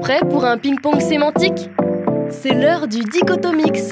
Prêt pour un ping-pong sémantique ? C'est l'heure du Dichotomix.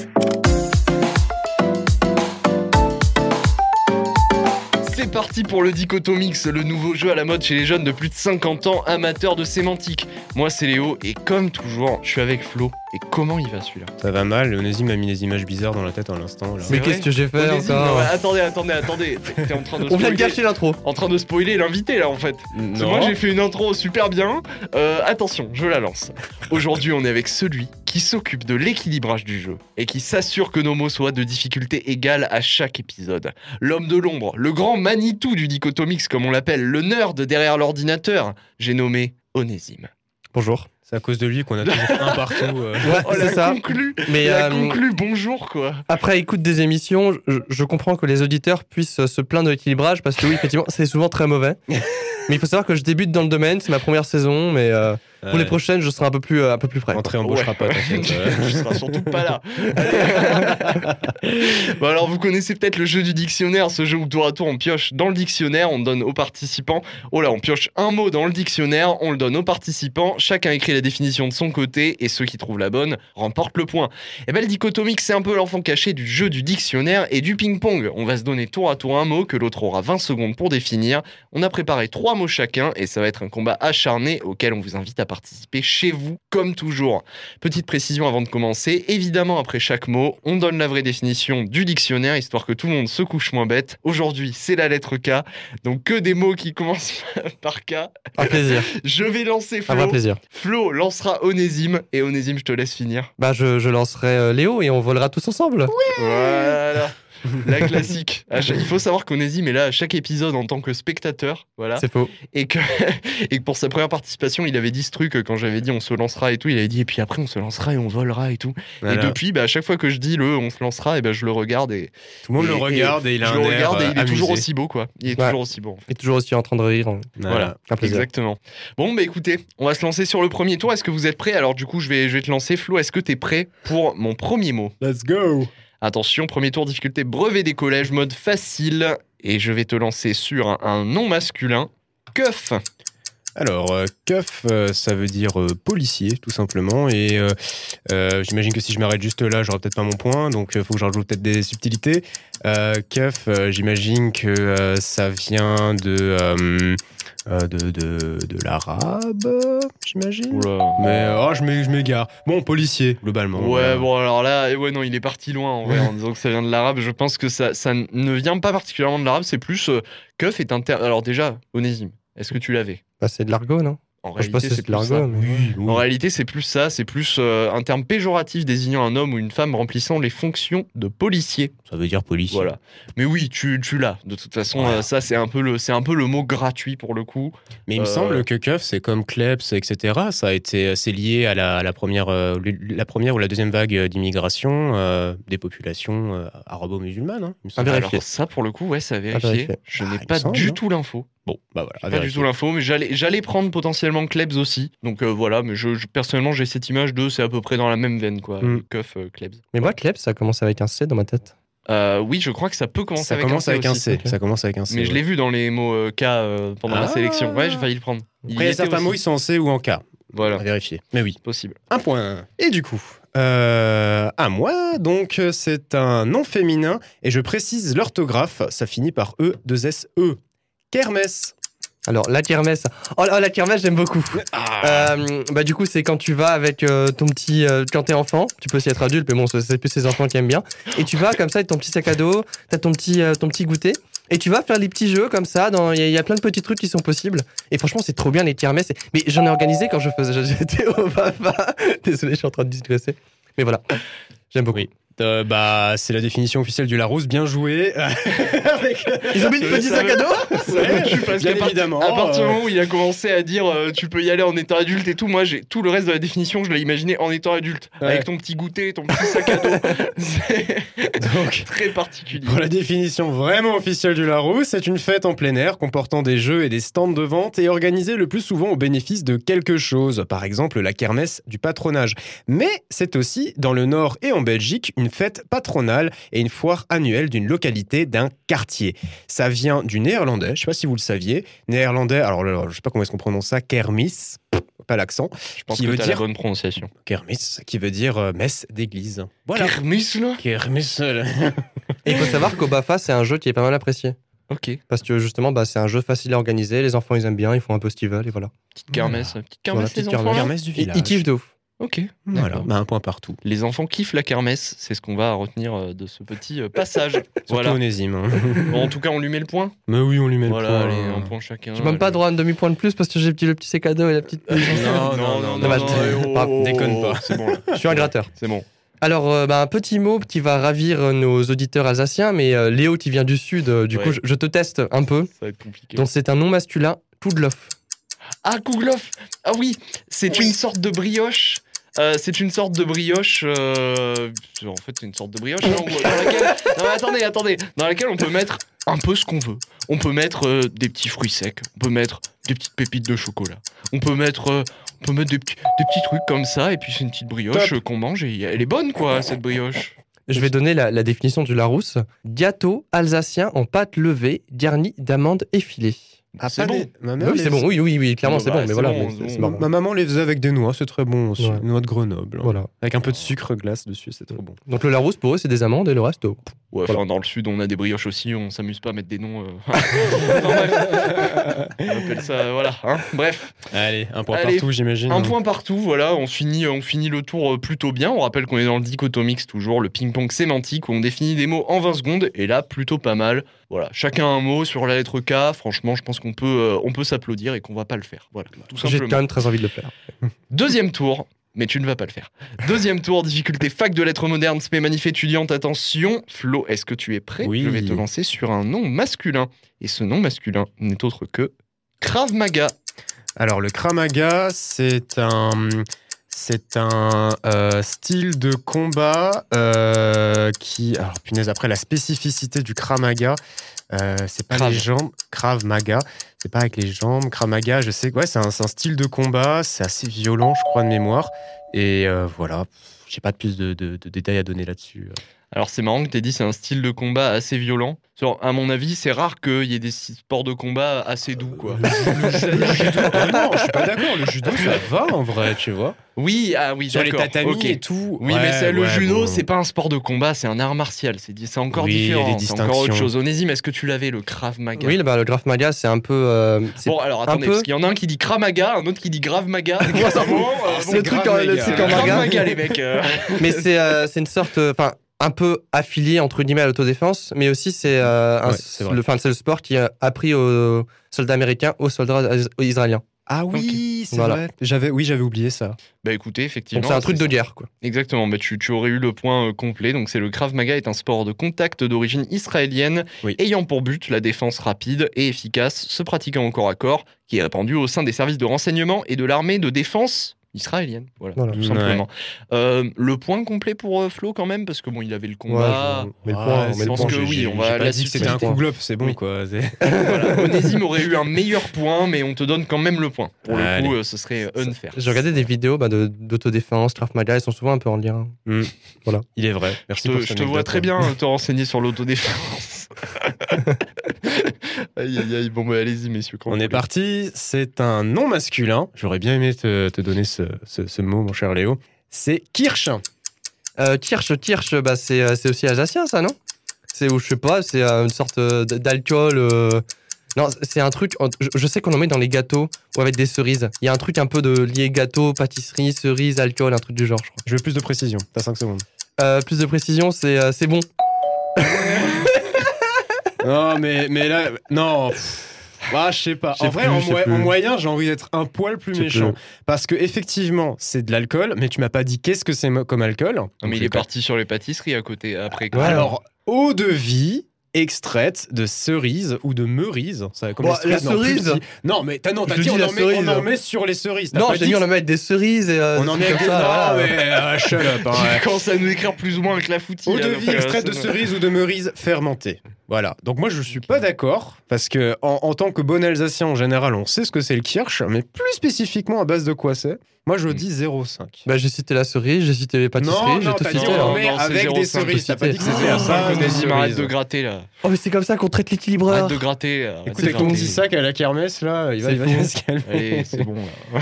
C'est parti pour le Dichotomix, le nouveau jeu à la mode chez les jeunes de plus de 50 ans, amateurs de sémantique. Moi c'est Léo et comme toujours, je suis avec Flo. Et comment il va celui-là ? Ça va mal, Onésime m'a mis des images bizarres dans la tête à l'instant. Là. Mais qu'est-ce que j'ai fait Onésime, encore non, attendez. T'es en train de On vient de spoiler. gâcher l'intro. En train de spoiler l'invité là en fait. C'est moi j'ai fait une intro super bien. Attention, je la lance. Aujourd'hui on est avec celui qui s'occupe de l'équilibrage du jeu et qui s'assure que nos mots soient de difficulté égale à chaque épisode. L'homme de l'ombre, le grand Manitou du Dichotomix comme on l'appelle, le nerd derrière l'ordinateur, j'ai nommé Onésime. Bonjour. C'est à cause de lui qu'on a toujours un partout. Ouais, Oh, c'est ça. Mais il a conclu bonjour quoi. après écoute des émissions, je comprends que les auditeurs puissent se plaindre de l'équilibrage parce que oui, effectivement, c'est souvent très mauvais. Mais il faut savoir que je débute dans le domaine, c'est ma première saison, mais pour les prochaines, je serai un peu plus près. Entrée embauchera pas, t'inquiète. Je serai surtout pas là. Bon alors vous connaissez peut-être le jeu du dictionnaire, ce jeu où tour à tour on pioche dans le dictionnaire, on donne aux participants, on pioche un mot dans le dictionnaire, on le donne aux participants, chacun écrit la définition de son côté et ceux qui trouvent la bonne remportent le point. Et ben le Dichotomix c'est un peu l'enfant caché du jeu du dictionnaire et du ping-pong. On va se donner tour à tour un mot que l'autre aura 20 secondes pour définir. On a préparé 3 mots chacun et ça va être un combat acharné auquel on vous invite à participer chez vous comme toujours. Petite précision avant de commencer, évidemment après chaque mot, on donne la vraie définition du dictionnaire histoire que tout le monde se couche moins bête. Aujourd'hui, c'est la lettre K, donc que des mots qui commencent par K. Un plaisir. Je vais lancer Flo. Un vrai plaisir. Flo lancera Onésime et Onésime, je te laisse finir. Bah je lancerai Léo et on volera tous ensemble. Voilà. La classique. Il faut savoir qu'Onésime est là à chaque épisode en tant que spectateur, voilà. C'est faux. Et que pour sa première participation, il avait dit ce truc quand j'avais dit on se lancera et tout. Il avait dit et puis après on se lancera et on volera et tout. Voilà. Et depuis, à chaque fois que je dis on se lancera, et je le regarde et Tout le monde le regarde et il a un air et il est toujours amusé. aussi beau quoi. Il est toujours aussi beau. En fait. Et toujours aussi en train de rire. Voilà. Un plaisir. Exactement. Bon écoutez, on va se lancer sur le premier tour. Est-ce que vous êtes prêts ? Alors du coup, je vais te lancer Flo. Est-ce que t'es prêt pour mon premier mot ? Let's go. Attention, premier tour, difficulté brevet des collèges, mode facile. Et je vais te lancer sur un nom masculin, keuf. Alors, keuf, ça veut dire policier, tout simplement. Et j'imagine que si je m'arrête juste là, j'aurai peut-être pas mon point. Donc, il faut que je rajoute peut-être des subtilités. Keuf, j'imagine que ça vient de l'arabe, j'imagine. Oula. Mais je m'égare. Bon, policier, globalement. Ouais, bon alors là, non, il est parti loin en vrai, en disant que ça vient de l'arabe. Je pense que ça ne vient pas particulièrement de l'arabe, c'est plus keuf est un terme. Alors déjà, Onésime, est-ce que tu l'avais ? Bah c'est de l'argot, non ? En Je sais pas réalité, si c'est de plus l'argot, ça. mais... En réalité, c'est plus ça, c'est plus un terme péjoratif désignant un homme ou une femme remplissant les fonctions de policier. Ça veut dire policier. Voilà. Mais oui, tu l'as. De toute façon, Voilà. ça c'est un peu le mot gratuit pour le coup. Mais il me semble que keuf, c'est comme kleps, etc. Ça a été assez lié à la première ou la deuxième vague d'immigration des populations arabo-musulmanes. Hein, il me semble. vérifier. Alors ça, pour le coup, ouais, ça a vérifier. vérifié. Je n'ai il me pas semble, du hein. tout l'info. Bon, bah voilà. à Pas du vérifier. tout l'info, mais j'allais prendre potentiellement Klebs aussi. Donc voilà, mais personnellement, j'ai cette image de c'est à peu près dans la même veine, quoi. Keuf, Klebs. Mais moi, Klebs, ça commence avec un C dans ma tête. Oui, je crois que ça peut commencer Ça avec commence avec un aussi. C. ok. Ça commence avec un C. Mais je l'ai vu dans les mots K pendant la Ah. sélection. Ouais, j'ai failli le prendre. Après, il y a était certains aussi. mots, ils sont en C ou en K. Voilà, À vérifier. Mais oui. possible. Un point. Et du coup, à moi, donc c'est un nom féminin et je précise l'orthographe, ça finit par E, 2 S, E. Kermesse. Alors, la kermesse. Oh, la kermesse, j'aime beaucoup. Bah, du coup, c'est quand tu vas avec ton petit. Quand t'es enfant, tu peux aussi être adulte, mais bon, c'est plus ces enfants qui aiment bien. Et tu vas comme ça avec ton petit sac à dos, t'as ton petit goûter. Et tu vas faire des petits jeux comme ça. Il y a plein de petits trucs qui sont possibles. Et franchement, c'est trop bien les kermesses. Mais j'en ai organisé quand j'étais au Papa. Désolé, je suis en train de digresser. Mais voilà, j'aime beaucoup. Oui. Bah, c'est la définition officielle du Larousse. Bien joué. Ils ont mis le petit sac à dos. Bien évidemment. À partir du moment où il a commencé à dire tu peux y aller en étant adulte et tout, moi j'ai tout le reste de la définition, je l'ai imaginé en étant adulte, Ouais. avec ton petit goûter, ton petit sac à dos. C'est Donc, très particulier. pour la définition vraiment officielle du Larousse, c'est une fête en plein air comportant des jeux et des stands de vente et organisée le plus souvent au bénéfice de quelque chose, par exemple la kermesse du patronage. Mais c'est aussi, dans le Nord et en Belgique, une fête patronale et une foire annuelle d'une localité, d'un quartier. Ça vient du néerlandais, je ne sais pas si vous le saviez. Néerlandais, alors je ne sais pas comment est-ce qu'on prononce ça, kermis. pas l'accent. Je pense Qui que veut t'as dire- la bonne prononciation. Kermis, qui veut dire messe d'église. Voilà. Kermis, là. Kermis. Et il faut savoir qu'Obafa, c'est un jeu qui est pas mal apprécié. Ok. Parce que justement, c'est un jeu facile à organiser. Les enfants, ils aiment bien, ils font un peu ce qu'ils veulent et voilà. Petite kermesse. Petite kermesse, Voilà, les petite enfants. là Kermesse du Ils, village. ils kiffent de ouf. Ok. Voilà, D'accord. un point partout. Les enfants kiffent la kermesse, c'est ce qu'on va retenir de ce petit passage. Surtout Voilà. Onésime. hein. Bon, en tout cas, on lui met le point. Mais oui, on lui met Voilà, le point. allez, un point chacun. J'ai même pas droit à un demi-point de plus parce que j'ai le petit sac à dos et la petite. Non, Dommage. déconne pas. C'est bon, là. Je suis un gratteur. C'est bon. Alors, un petit mot qui va ravir nos auditeurs alsaciens, mais Léo, tu viens du sud, du coup, Ouais. je te teste un peu. Ça va être compliqué. Donc, c'est un nom masculin, Koudlof. Ah, Kouglof. Ah oui, c'est une sorte de brioche. C'est une sorte de brioche. En fait, c'est une sorte de brioche dans laquelle. Non, mais attendez. Dans laquelle on peut mettre un peu ce qu'on veut. On peut mettre des petits fruits secs. On peut mettre des petites pépites de chocolat. On peut mettre des petits trucs comme ça. Et puis, c'est une petite brioche qu'on mange. Et elle est bonne, quoi, cette brioche. Je vais donner la définition du Larousse. Gâteau alsacien en pâte levée, garni d'amandes effilées. Ah, C'est pas bon. des- ma mère Oui, les- c'est bon, oui, clairement, Bon, c'est bah, bon, mais c'est voilà. bon, mais c'est c'est bon. marrant. Ma maman les faisait avec des noix, c'est très bon aussi. Ouais. Noix de Grenoble. Voilà. Avec un peu de sucre glace dessus, c'est trop bon. Donc, le Larousse, pour eux, c'est des amandes et le reste, Ouais, Voilà. enfin, dans le sud, on a des brioches aussi. On s'amuse pas à mettre des noms. Enfin, bref. On appelle ça. Voilà. Hein. Bref. Allez, un point Allez, partout, j'imagine. Un point partout, voilà, on finit le tour plutôt bien. On rappelle qu'on est dans le dichotomix toujours, le ping-pong sémantique, où on définit des mots en 20 secondes, et là, plutôt pas mal. Voilà, chacun un mot sur la lettre K, franchement, je pense qu'on peut s'applaudir et qu'on va pas le faire. Voilà, tout j'ai simplement. quand même très envie de le faire. Deuxième tour, mais tu ne vas pas le faire. Deuxième tour, difficulté fac de lettres modernes, spé manif étudiante, attention. Flo, est-ce que tu es prêt? Oui. Je vais te lancer sur un nom masculin. Et ce nom masculin n'est autre que Krav Maga. Alors, le Krav Maga, c'est un style de combat qui... Alors, punaise, après, la spécificité du Krav Maga, c'est pas Krav. les jambes. Krav Maga, c'est pas avec les jambes. Krav Maga, je sais que ouais, c'est un style de combat, c'est assez violent, je crois, de mémoire. Et voilà, j'ai pas de plus de détails à donner là-dessus. Alors c'est marrant que tu aies dit c'est un style de combat assez violent. À mon avis, c'est rare qu'il y ait des sports de combat assez doux, quoi. Non, je suis pas d'accord. Le judo, ça va en vrai, tu vois. Oui, Sur les d'accord. tatamis ok. et tout. Oui, ouais, mais le ouais, judo, bon. c'est pas un sport de combat, c'est un art martial. C'est encore Oui, il y a différent. des C'est encore autre distinctions. chose. Onésime, est-ce que tu l'avais, le Krav Maga? Oui, le Krav Maga, c'est un peu. C'est Bon, alors attendez, peu- parce qu'il y en a un qui dit Krav Maga, un autre qui dit Grav Maga. On s'en fout. c'est Le truc Krav en- le Maga. truc en Krav Maga. Maga, les mecs. Mais c'est une sorte, enfin, un peu affilié entre guillemets à l'autodéfense, mais aussi c'est Ouais, c'est vrai. c'est le sport qui a appris aux soldats américains, aux soldats israéliens. Ah oui, c'est Voilà. vrai. J'avais oublié ça. Bah écoutez, effectivement. Donc c'est un truc de ça. guerre, quoi. Exactement, bah, tu aurais eu le point complet. Donc c'est le Krav Maga est un sport de contact d'origine israélienne Oui. ayant pour but la défense rapide et efficace, se pratiquant au corps à corps, qui est répandu au sein des services de renseignement et de l'armée de défense israélienne. Voilà, Voilà. tout simplement. Le point complet pour Flo quand même, parce que bon, il avait le combat. Mais le Ouais, point, je mais le pense point. que oui, on va J'ai pas la dit que c'était suspendre. un coup globe, c'est bon Oui. quoi. Voilà, Onésime aurait eu un meilleur point, mais on te donne quand même le point. Pour le Allez. coup, ce serait unfair. J'ai regardé des vidéos d'autodéfense, Krav Maga, ils sont souvent un peu en lien. Il est vrai. Merci pour Je cette te vois anecdote. très bien te renseigner sur l'autodéfense. Aïe, aïe, aïe. Bon, bah, allez-y, messieurs. quand On vous est voulez. parti. C'est un nom masculin. J'aurais bien aimé te donner ce mot, mon cher Léo. C'est Kirsch. Kirsch, bah, c'est aussi alsacien, ça, non? C'est, ou je sais pas, c'est une sorte d'alcool. Non, c'est un truc. Je sais qu'on en met dans les gâteaux ou avec des cerises. Il y a un truc un peu de lié gâteau, pâtisserie, cerise, alcool, un truc du genre, je crois. Je veux plus de précision. T'as 5 secondes. Plus de précision, c'est bon. Non, mais là, non. Ah, je sais pas. Je sais En vrai, plus, en, je sais plus. en moyen, j'ai envie d'être un poil plus Je sais méchant. plus. Parce que effectivement, c'est de l'alcool, mais tu m'as pas dit qu'est-ce que c'est comme alcool. Non, mais il Donc, est parti sur les pâtisseries à côté. Après, quand Ouais. même. Alors, eau de vie extraite de cerises ou de merises. Ça, comme Bon, les la cerises, non, plus cerise. petit. Non, mais t'as Je dit dis on la en, met, cerise. on en met sur les cerises. T'as Non, pas j'ai dit on en met avec des cerises et. on en met comme avec ça, non, voilà. mais shut up. hein, ouais. il commence à nous écrire plus ou moins avec la foutille. Eau de alors, vie extraite de ça- cerises ou de merises fermentées. Voilà. Donc moi je suis pas d'accord parce que en tant que bon Alsacien en général on sait ce que c'est le kirsch, mais plus spécifiquement à base de quoi c'est. Moi, je dis 0,5. Bah, j'ai cité la cerise, j'ai cité les pâtisseries, Non, j'ai tout t'as dit cité. on alors. met Non, c'est avec 0,5, des cerises. T'as pas dit que c'était C'est à un base de Onésime, arrête de cerises. gratter là. Oh, mais c'est comme ça qu'on traite l'équilibreur. Arrête de gratter. Écoute, arrête avec de ton gratter. petit sac à la kermesse, là, il va C'est se calmer. Allez, c'est bon là.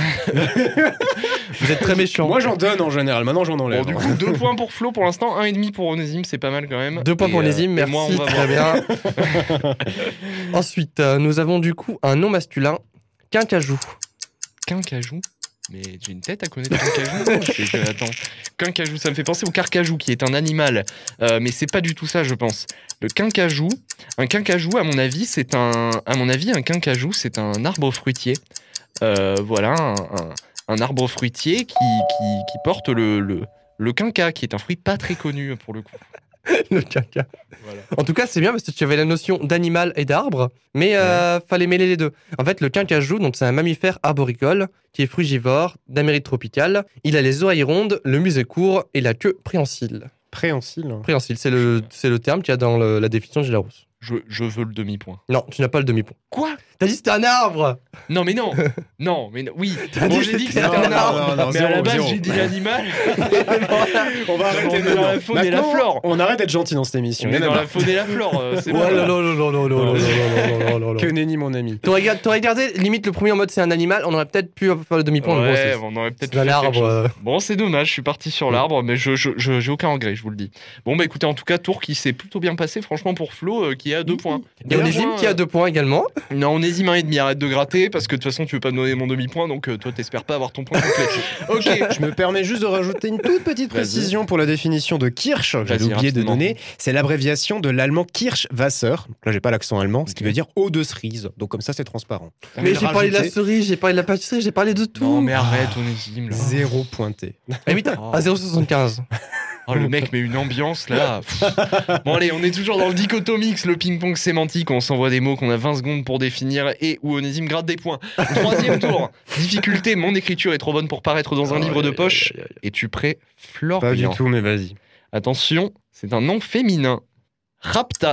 Vous êtes très méchant. Moi, j'en donne en général. Maintenant, j'en Bon, enlève. du coup, 2 points pour Flo pour l'instant, 1,5 pour Onésime, c'est pas mal quand même. 2 points Et, pour Onésime, et merci. moi, on va très voir. bien. Ensuite, nous avons du coup un nom masculin, quincajou. Quincajou. Mais j'ai une tête à connaître Quincajou. Attends. Quincajou, ça me fait penser au carcajou, qui est un animal. Mais c'est pas du tout ça, je pense. Le quincajou, un quincajou, à mon avis, un quincajou, c'est un arbre fruitier. Voilà, un arbre fruitier qui porte le quinca, qui est un fruit pas très connu pour le coup. Le quinca. Voilà. En tout cas, c'est bien parce que tu avais la notion d'animal et d'arbre, mais fallait mêler les deux. En fait, le quincajou, donc c'est un mammifère arboricole qui est frugivore, d'Amérique tropicale. Il a les oreilles rondes, le museau court et la queue préhensile. Préhensile. Préhensile, c'est le terme qu'il y a dans la définition de Gilles Larousse. Je veux le demi-point. Non, tu n'as pas le demi-point. Quoi? T'as dit que c'était un arbre. Non, mais non. Non, mais non. Oui. T'as Bon, dit j'ai dit que c'était c'était un un arbre. non, Mais à la zéro, base, zéro. j'ai dit l'animal. On va arrêter On est dans la faune et la Maintenant, flore. On arrête d'être gentil dans cette émission. On est Il y en a dans la marre. faune et la flore. C'est bon. Oh là là là là là là là là là là. Que nenni, mon ami. T'aurais gardé limite le premier en mode c'est un animal, on aurait peut-être pu faire le demi-point. mais bon, Ouais, c'est- on aurait peut-être c'est un fait quelque arbre. chose. Bon, c'est dommage, je suis parti sur l'arbre, mais j'ai aucun regret, je vous le dis. Bon, bah écoutez, en tout cas, tour qui s'est plutôt bien passé, franchement, pour Flo, qui a 2 points. Il y a Onésime qui a 2 points également. Non, Onésime 1,5, arrête de gratter, parce que de toute façon, tu veux pas me donner mon demi-point, donc toi, t'espères pas avoir ton point complet. Ok. Je me permets juste de rajouter une toute petite Vas-y. précision pour la définition de Kirsch. J'avais Vas-y, oublié de rapidement. donner. C'est l'abréviation de l'allemand Kirschwasser. Donc là, j'ai pas l'accent allemand, ce qui Ok. veut dire eau de cerise. Donc comme ça, c'est transparent. Mais je j'ai parlé de la rajoutais- cerise, j'ai parlé de la pâtisserie, j'ai parlé de tout. Non, mais arrête, Onésime, là. Zéro pointé. Ah oui, Oh. à 0,75. Oh, le mec met une ambiance là. Pff. Bon, allez, on est toujours dans le dichotomix, le ping-pong sémantique. On s'envoie des mots qu'on a 20 secondes pour définir et où Onésime gratte des points. Troisième tour. Difficulté, mon écriture est trop bonne pour paraître dans un livre de poche. Es-tu prêt, Florian? Pas du tout, mais vas-y. Attention, c'est un nom féminin. Rapta.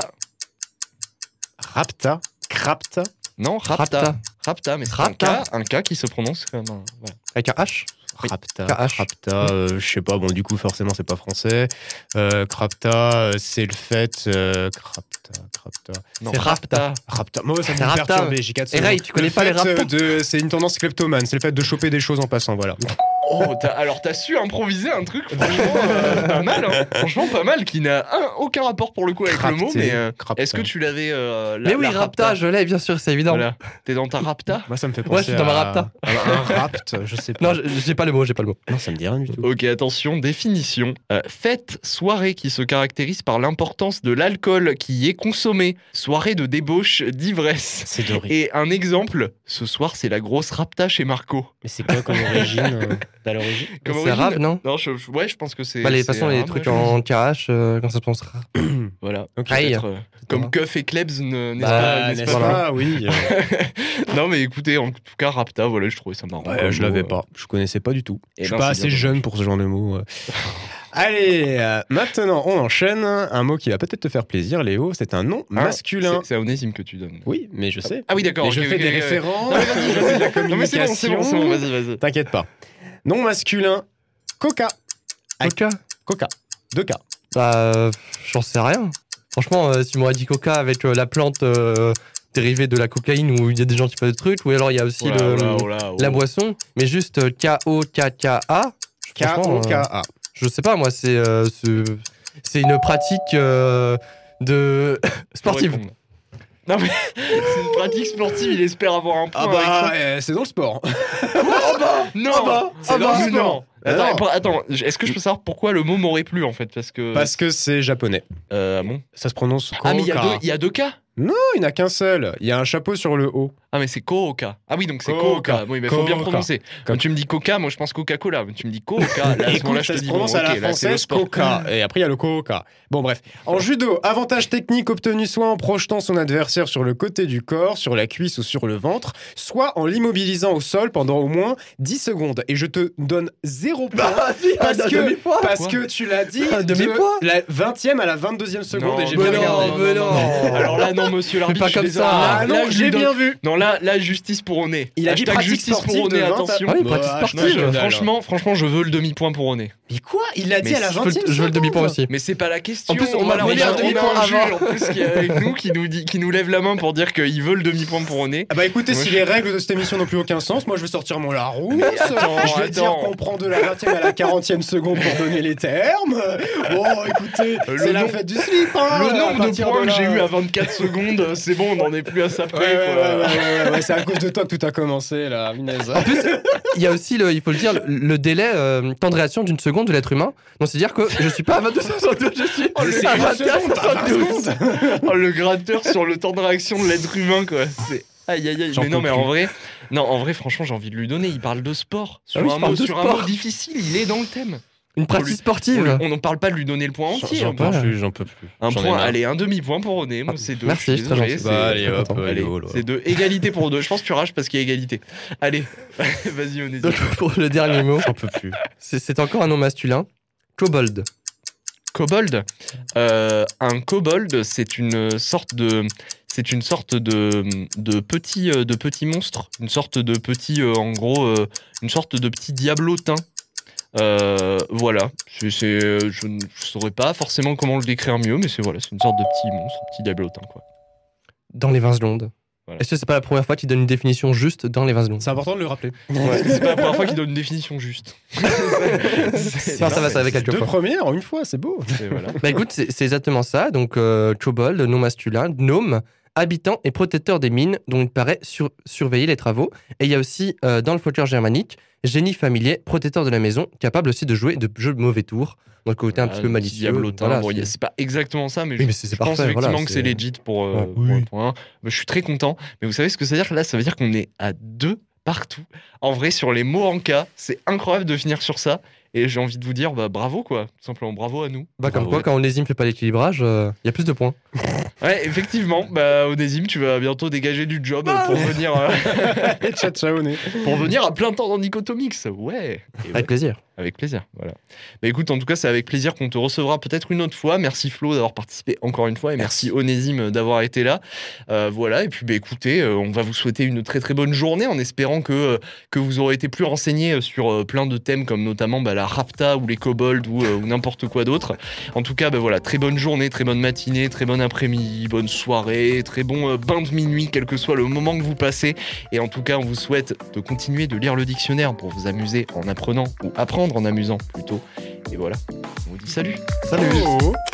Rapta. Crapta. Non, Rapta. Rapta. Rapta, mais c'est Rapta. un K qui se prononce comme un. Voilà. Avec un H. Oui. Rapta. KH. Crapta. Je sais pas. Bon, du coup, forcément, c'est pas français. Crapta, c'est le fait. Crapta. Non, C'est Rapta. Rapta. Moi, ça C'est me Rapta. perturbé. J'ai 4 Et Ray, tu connais pas les raptas C'est une tendance kleptomane. C'est le fait de choper des choses en passant. Voilà. Oh, alors t'as su improviser un truc franchement pas mal, hein. Franchement pas mal, qui n'a aucun rapport pour le coup avec le mot, mais Crapta. est-ce que tu l'avais Mais oui, Rapta, je l'ai, bien sûr, c'est évident. Voilà. T'es dans ta Rapta? Moi, ça me fait Ouais, penser je suis dans ma à- Rapta. à un rapt, je sais pas. Non, j'ai pas le mot, j'ai pas le mot. Non, ça me dit rien du tout. Ok, attention, définition. Fête, soirée qui se caractérise par l'importance de l'alcool qui y est consommé. Soirée de débauche, d'ivresse. C'est doré. Et un exemple, ce soir c'est la grosse Rapta chez Marco. Mais c'est quoi comme origine à l'origine Comme C'est origine- arabe, non? Non, ouais, je pense que c'est. Bah, de toute c'est façon, les arabe, trucs ouais, en KH, quand ça se pensera. Voilà. Ok. Aïe. Peut-être, comme Keuf et Klebs, n'est-ce Bah, pas, N'est-ce n'est-ce pas pas Oui. Non, mais écoutez, en tout cas, Rapta, voilà, je trouvais ça marrant. Ouais, je l'avais pas. Je connaissais pas du tout. Eh Je suis ben, pas c'est assez bien jeune dommage. pour ce genre de mots. Allez, maintenant on enchaîne. Un mot qui va peut-être te faire plaisir, Léo. C'est un nom Ah, masculin. C'est à Onésime que tu donnes. Oui, mais je sais. Ah oui, d'accord. Mais je ok, fais ok, des ok. références. Non, mais vas-y, je fais de la vas-y. Non, mais c'est bon, communication. vas-y. T'inquiète pas. Nom masculin, Coca. Coca Coca. 2K. Bah, j'en sais rien. Franchement, si tu m'aurais dit Coca avec la plante dérivée de la cocaïne où il y a des gens qui font des trucs, ou alors il y a aussi la boisson, mais juste K-O-K-K-A. franchement, K-O-K-A. Je sais pas, moi, c'est une pratique de sportive. Non mais c'est une pratique sportive, il espère avoir un point. Ah avec bah, ça. c'est dans le sport. Non, c'est dans le sport. Attends, est-ce que je peux savoir pourquoi le mot m'aurait plu en fait? Parce que. Parce que c'est japonais. Bon. Ça se prononce Coca. Ah mais il y a deux cas. Non, il n'y en a qu'un seul. Il y a un chapeau sur le haut. Ah mais c'est Coca. Ah oui donc c'est Coca. Coca. Oui mais faut bien Coca. prononcer. Quand tu me dis Coca, moi je pense Coca-Cola. Mais tu me dis Coca. Là, à ce moment-là, je ça te se dis prononce bon, à la ok, là, c'est le française sport. Coca. Et après, il y a le Coca. Bon, bref. En judo, avantage technique obtenu soit en projetant son adversaire sur le côté du corps, sur la cuisse ou sur le ventre, soit en l'immobilisant au sol pendant au moins 10 secondes. Et je te donne 0 point. Parce que tu l'as dit Un de demi-point. la 20e à la 22e seconde Non, et j'ai mais bien non, regardé. mais non. Alors là non monsieur l'arbitre, pas je suis comme désolé. ça. Ah Là, non, je j'ai lui donne- bien vu. Non là, justice pour Oné. Il a dit Hashtag pratique justice pour sportive Oné, de 20 à- attention. Ah oui, Bah, pratique Non, sportive. franchement, je veux le demi-point pour Oné. Mais quoi? Il l'a dit Mais à la Je 20e veux le demi-point aussi. Mais c'est pas la question. En plus, on m'a Voilà, volé a un demi-point un juge avant. en plus qui est avec nous qui nous lève la main pour dire qu'il veut le demi-point pour Oné. Ah bah écoutez, Moi, si je- les règles de cette émission n'ont plus aucun sens, moi je vais sortir mon Larousse. attends, Je vais dire attends. qu'on prend de la 20e à la 40e seconde pour donner les termes. Bon, écoutez, Le c'est la nombre- fête du slip. Hein, Le à nombre de partir points que là. j'ai eu à 24 secondes, c'est bon, on n'en est plus à ça Ouais, près. quoi. c'est à cause de toi que tout a commencé là, Minez. En plus, il y a aussi, il faut le dire, le délai temps de réaction d'une seconde de l'être humain. Donc c'est-à-dire que je suis pas à 22,62, je suis Oh, c'est à une seconde, pas 20 24,72. secondes. Oh, le gratteur sur le temps de réaction de l'être humain, quoi. C'est... Aïe, aïe, aïe. J'en Mais non, peux mais plus. en vrai, franchement, j'ai envie de lui donner. Il parle de sport. Sur, Ah oui, un, je parle mot, de sur un sport. mot difficile, il est dans le thème. Une pratique sportive. On n'en parle pas de lui donner le point entier. J'en hein. peux plus, j'en peux plus. Un J'en ai point, marre. allez, un demi-point pour Oné. Moi, c'est deux. Merci, je suis c'est très désolé, gentil. c'est- Bah, allez, hop, content. Allez, oh là. c'est deux. Égalité pour deux. Je pense que tu rages parce qu'il y a égalité. Allez, vas-y, Oné. Donc pour le dernier mot, J'en peux plus. c'est encore un nom masculin. Kobold. Kobold. Un kobold, c'est une sorte de petit monstre, une sorte de petit, en gros, une sorte de petit diablotin. Voilà, je ne saurais pas forcément comment le décrire mieux, mais c'est une sorte de petit monstre, petit diablotin, quoi. Dans les 20 secondes. Voilà. Est-ce que c'est pas la première fois qu'il donne une définition juste dans les 20 secondes? C'est important de le rappeler. C'est pas la première fois qu'il donne une définition juste. Ça va, ça va avec quelques Deux fois. premières en une fois, c'est beau. Voilà. Bah écoute, c'est exactement ça. Donc, kobold, nom masculin, gnome, habitant et protecteur des mines, dont il paraît surveiller les travaux. Et il y a aussi, dans le folklore germanique, génie familier, protecteur de la maison, capable aussi de jouer de jeux de mauvais tours. Donc, côté un petit peu malicieux. Diablotin. Voilà, Bon, c'est- c'est pas exactement ça, mais Oui, je, mais c'est je pense parfait, effectivement voilà, que c'est c'est- legit pour Ouais. pour un point. Je suis très content. Mais vous savez ce que ça veut dire? Là, ça veut dire qu'on est à 2 partout. En vrai, sur les mots en cas, c'est incroyable de finir sur ça. Et j'ai envie de vous dire, bah, bravo, quoi. Tout simplement, bravo à nous. Bah, comme Bravo. quoi, quand Onésime fait pas l'équilibrage, il y a plus de points. Ouais, effectivement, bah, Onésime, tu vas bientôt dégager du job pour venir Et ciao, ciao, Né. pour venir à plein temps dans Nicotomix. Ouais. Et ouais. Avec plaisir. Avec plaisir, voilà. Mais écoute, en tout cas, c'est avec plaisir qu'on te recevra peut-être une autre fois. Merci Flo d'avoir participé encore une fois et merci Onésime d'avoir été là. Voilà, et puis bah, écoutez, on va vous souhaiter une très très bonne journée en espérant que vous aurez été plus renseignés sur plein de thèmes comme notamment la rapta ou les kobolds ou n'importe quoi d'autre. En tout cas, bah, voilà, très bonne journée, très bonne matinée, très bon après-midi, bonne soirée, très bon bain de minuit, quel que soit le moment que vous passez. Et en tout cas, on vous souhaite de continuer de lire le dictionnaire pour vous amuser en apprenant ou apprendre en amusant plutôt. Et voilà, on vous dit salut. Salut. Oh.